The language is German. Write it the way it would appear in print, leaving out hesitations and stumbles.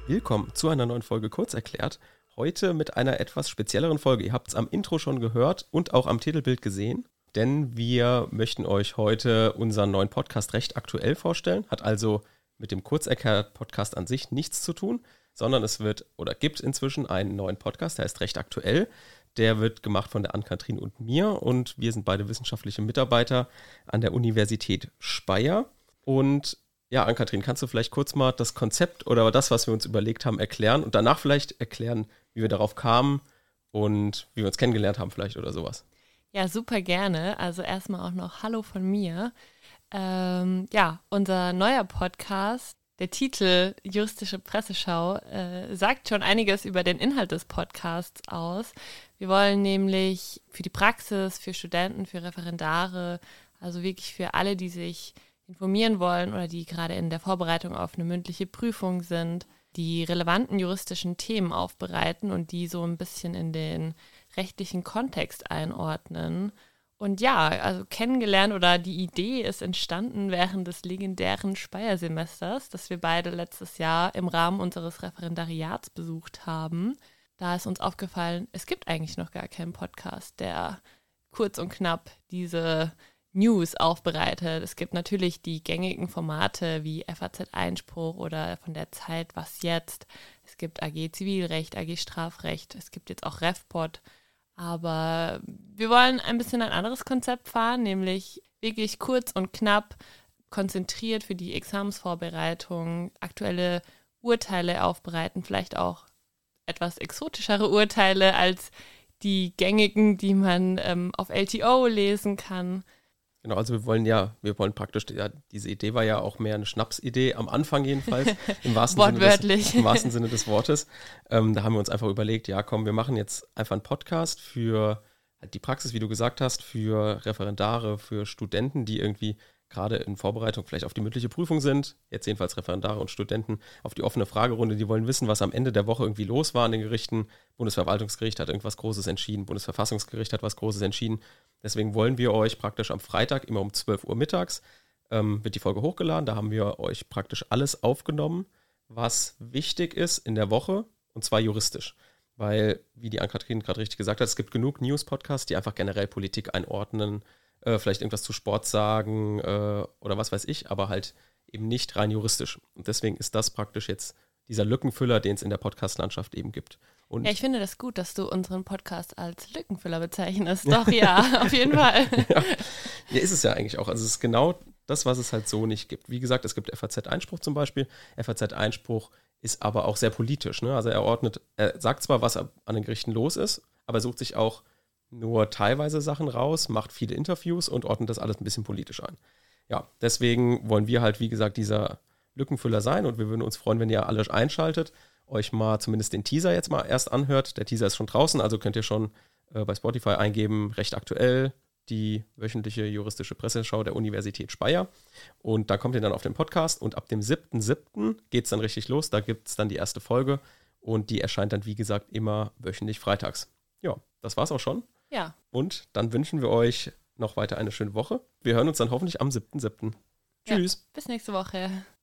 Willkommen zu einer neuen Folge Kurzerklärt. Heute mit einer etwas spezielleren Folge. Ihr habt es am Intro schon gehört und auch am Titelbild gesehen, denn wir möchten euch heute unseren neuen Podcast Recht aktuell vorstellen. Hat also mit dem Kurzerklärt-Podcast an sich nichts zu tun, sondern es gibt inzwischen einen neuen Podcast, der heißt Recht aktuell. Der wird gemacht von der Ann-Kathrin und mir und wir sind beide wissenschaftliche Mitarbeiter an der Universität Speyer. Und ja, Ann-Kathrin, kannst du vielleicht kurz mal das Konzept oder das, was wir uns überlegt haben, erklären und danach vielleicht erklären, wie wir darauf kamen und wie wir uns kennengelernt haben vielleicht oder sowas? Ja, super gerne. Also erstmal auch noch Hallo von mir. Unser neuer Podcast, der Titel Juristische Presseschau, sagt schon einiges über den Inhalt des Podcasts aus. Wir wollen nämlich für die Praxis, für Studenten, für Referendare, also wirklich für alle, die sich informieren wollen oder die gerade in der Vorbereitung auf eine mündliche Prüfung sind, die relevanten juristischen Themen aufbereiten und die so ein bisschen in den rechtlichen Kontext einordnen. Und ja, also kennengelernt oder die Idee ist entstanden während des legendären Speyer-Semesters, das wir beide letztes Jahr im Rahmen unseres Referendariats besucht haben. Da ist uns aufgefallen, es gibt eigentlich noch gar keinen Podcast, der kurz und knapp diese News aufbereitet. Es gibt natürlich die gängigen Formate wie FAZ-Einspruch oder von der Zeit Was jetzt. Es gibt AG Zivilrecht, AG Strafrecht. Es gibt jetzt auch RefPod. Aber wir wollen ein bisschen ein anderes Konzept fahren, nämlich wirklich kurz und knapp, konzentriert für die Examensvorbereitung, aktuelle Urteile aufbereiten, vielleicht auch etwas exotischere Urteile als die gängigen, die man auf LTO lesen kann. Genau, also wir wollen praktisch, diese Idee war ja auch mehr eine Schnapsidee, am Anfang jedenfalls, im wahrsten Sinne des Wortes. Da haben wir uns einfach überlegt, ja komm, wir machen jetzt einfach einen Podcast für die Praxis, wie du gesagt hast, für Referendare, für Studenten, die irgendwie gerade in Vorbereitung vielleicht auf die mündliche Prüfung sind, jetzt jedenfalls Referendare und Studenten, auf die offene Fragerunde, die wollen wissen, was am Ende der Woche irgendwie los war an den Gerichten. Bundesverwaltungsgericht hat irgendwas Großes entschieden, Bundesverfassungsgericht hat was Großes entschieden. Deswegen wollen wir euch praktisch am Freitag immer um 12 Uhr mittags, wird die Folge hochgeladen, da haben wir euch praktisch alles aufgenommen, was wichtig ist in der Woche, und zwar juristisch. Weil, wie die Ann-Kathrin gerade richtig gesagt hat, es gibt genug News-Podcasts, die einfach generell Politik einordnen, vielleicht irgendwas zu Sport sagen oder was weiß ich, aber halt eben nicht rein juristisch. Und deswegen ist das praktisch jetzt dieser Lückenfüller, den es in der Podcast-Landschaft eben gibt. Und ja, ich finde das gut, dass du unseren Podcast als Lückenfüller bezeichnest. Doch, ja, auf jeden Fall. Ja, ist es ja eigentlich auch. Also es ist genau das, was es halt so nicht gibt. Wie gesagt, es gibt FAZ-Einspruch zum Beispiel. FAZ-Einspruch ist aber auch sehr politisch. Ne? Also er sagt zwar, was an den Gerichten los ist, aber er sucht sich auch nur teilweise Sachen raus, macht viele Interviews und ordnet das alles ein bisschen politisch ein. Ja, deswegen wollen wir halt, wie gesagt, dieser Lückenfüller sein und wir würden uns freuen, wenn ihr alle einschaltet, euch mal zumindest den Teaser jetzt mal erst anhört. Der Teaser ist schon draußen, also könnt ihr schon bei Spotify eingeben, Recht aktuell, die wöchentliche juristische Presseschau der Universität Speyer. Und da kommt ihr dann auf den Podcast und ab dem 7.7. geht es dann richtig los. Da gibt es dann die erste Folge und die erscheint dann, wie gesagt, immer wöchentlich freitags. Ja, das war's auch schon. Ja. Und dann wünschen wir euch noch weiter eine schöne Woche. Wir hören uns dann hoffentlich am 7.7. Tschüss. Ja, bis nächste Woche.